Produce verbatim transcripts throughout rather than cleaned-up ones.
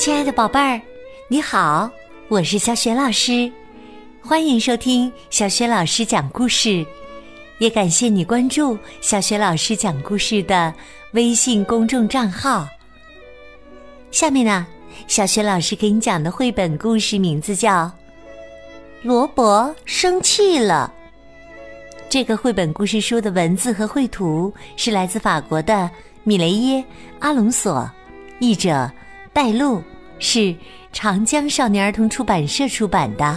亲爱的宝贝儿，你好，我是小雪老师，欢迎收听小雪老师讲故事，也感谢你关注小雪老师讲故事的微信公众账号。下面呢，小雪老师给你讲的绘本故事名字叫《罗伯生气了》。这个绘本故事书的文字和绘图是来自法国的米雷耶·阿隆索，译者戴璐，是长江少年儿童出版社出版的。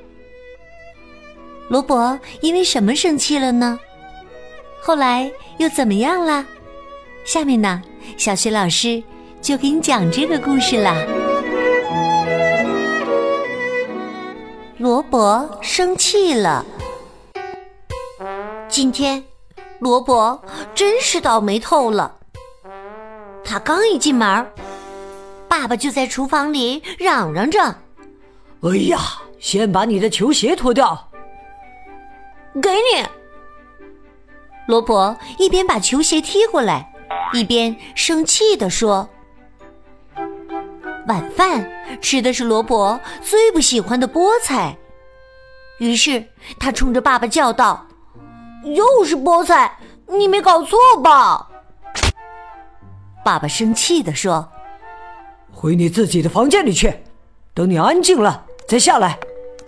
罗伯因为什么生气了呢？后来又怎么样了？下面呢，小雪老师就给你讲这个故事啦。罗伯生气了。今天罗伯真是倒霉透了。他刚一进门，爸爸就在厨房里嚷嚷着： 哎呀，先把你的球鞋脱掉。 给你。罗伯一边把球鞋踢过来，一边生气地说。晚饭吃的是罗伯最不喜欢的菠菜，于是他冲着爸爸叫道：又是菠菜，你没搞错吧？爸爸生气地说： 回你自己的房间里去，等你安静了再下来。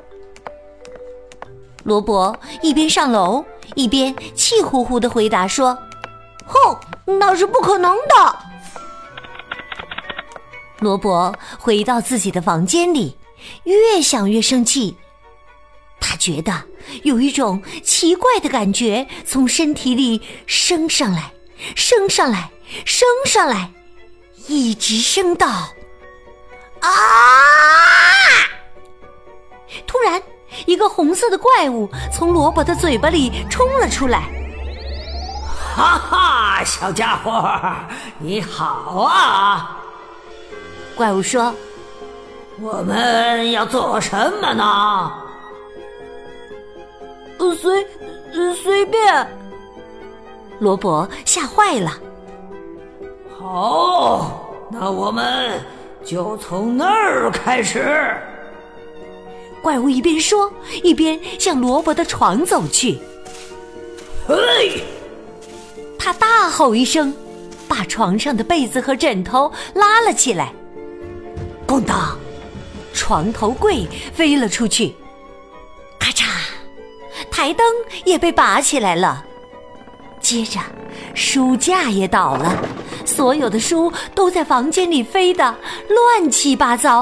罗伯一边上楼一边气呼呼地回答说：哼，那是不可能的。罗伯回到自己的房间里，越想越生气。他觉得有一种奇怪的感觉从身体里升上来，升上来，升上来，一直升到啊！突然，一个红色的怪物从罗伯的嘴巴里冲了出来。 哈哈，小家伙，你好啊！ 怪物说： 我们要做什么呢？ 呃，随呃随便。罗伯吓坏了。 好，那我们就从那儿开始。 怪物一边说，一边向罗伯的床走去。 嘿！ 他大吼一声，把床上的被子和枕头拉了起来。咣当，床头柜飞了出去。咔嚓，台灯也被拔起来了。接着书架也倒了，所有的书都在房间里飞得乱七八糟。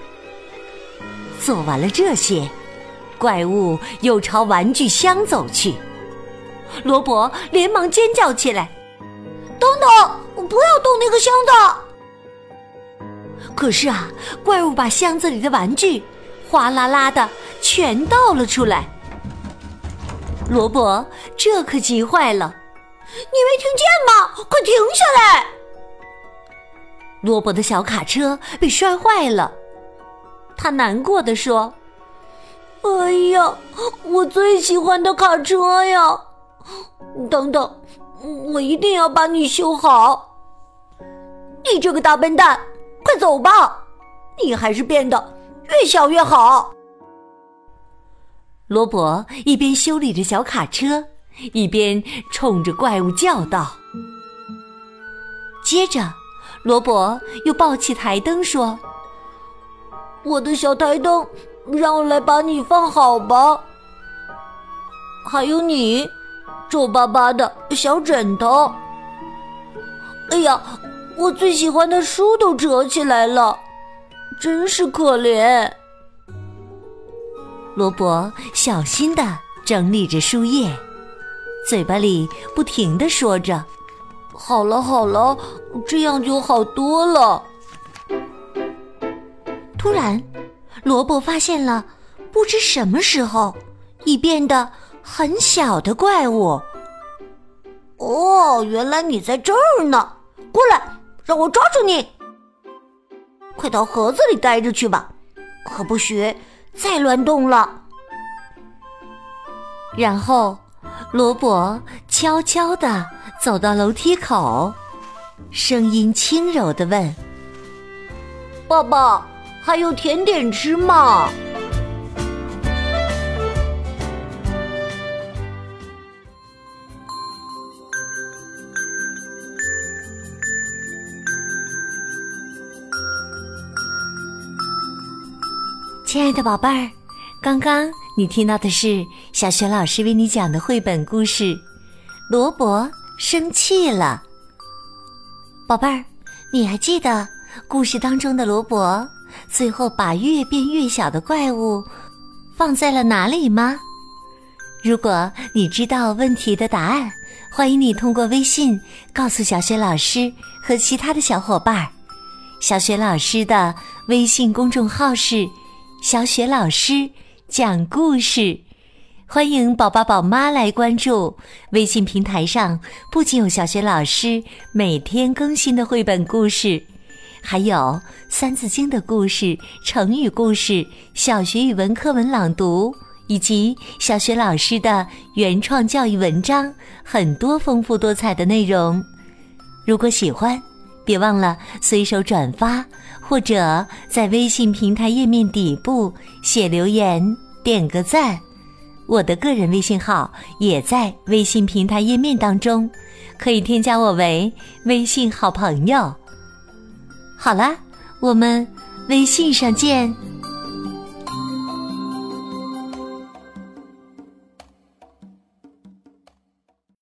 做完了这些，怪物又朝玩具箱走去。罗伯连忙尖叫起来：等等，不要动那个箱子！可是啊，怪物把箱子里的玩具哗啦啦的全倒了出来。罗伯这可急坏了：你没听见吗？快停下来！罗伯的小卡车被摔坏了，他难过地说：哎呀，我最喜欢的卡车呀！等等，我一定要把你修好。你这个大笨蛋，快走吧，你还是变得越小越好。罗伯一边修理着小卡车，一边冲着怪物叫道。接着罗伯又抱起台灯说：我的小台灯，让我来把你放好吧。还有你皱巴巴的小枕头。哎呀，我最喜欢的书都折起来了，真是可怜。罗伯小心地整理着书页，嘴巴里不停地说着：好了好了，这样就好多了。突然，罗伯发现了不知什么时候已变得很小的怪物。哦，原来你在这儿呢！过来，让我抓住你！快到盒子里待着去吧，可不许再乱动了。然后，罗伯悄悄地走到楼梯口，声音轻柔地问： 爸爸，还有甜点吃吗？亲爱的宝贝儿，刚刚你听到的是小雪老师为你讲的绘本故事《罗伯生气了》。宝贝儿，你还记得故事当中的罗伯最后把越变越小的怪物放在了哪里吗？如果你知道问题的答案，欢迎你通过微信告诉小雪老师和其他的小伙伴。小雪老师的微信公众号是小雪老师讲故事，欢迎宝宝宝妈来关注。微信平台上不仅有小雪老师每天更新的绘本故事，还有三字经的故事、成语故事、小学语文课文朗读，以及小雪老师的原创教育文章，很多丰富多彩的内容。如果喜欢，别忘了随手转发，或者在微信平台页面底部写留言点个赞。我的个人微信号也在微信平台页面当中，可以添加我为微信好朋友。好啦，我们微信上见。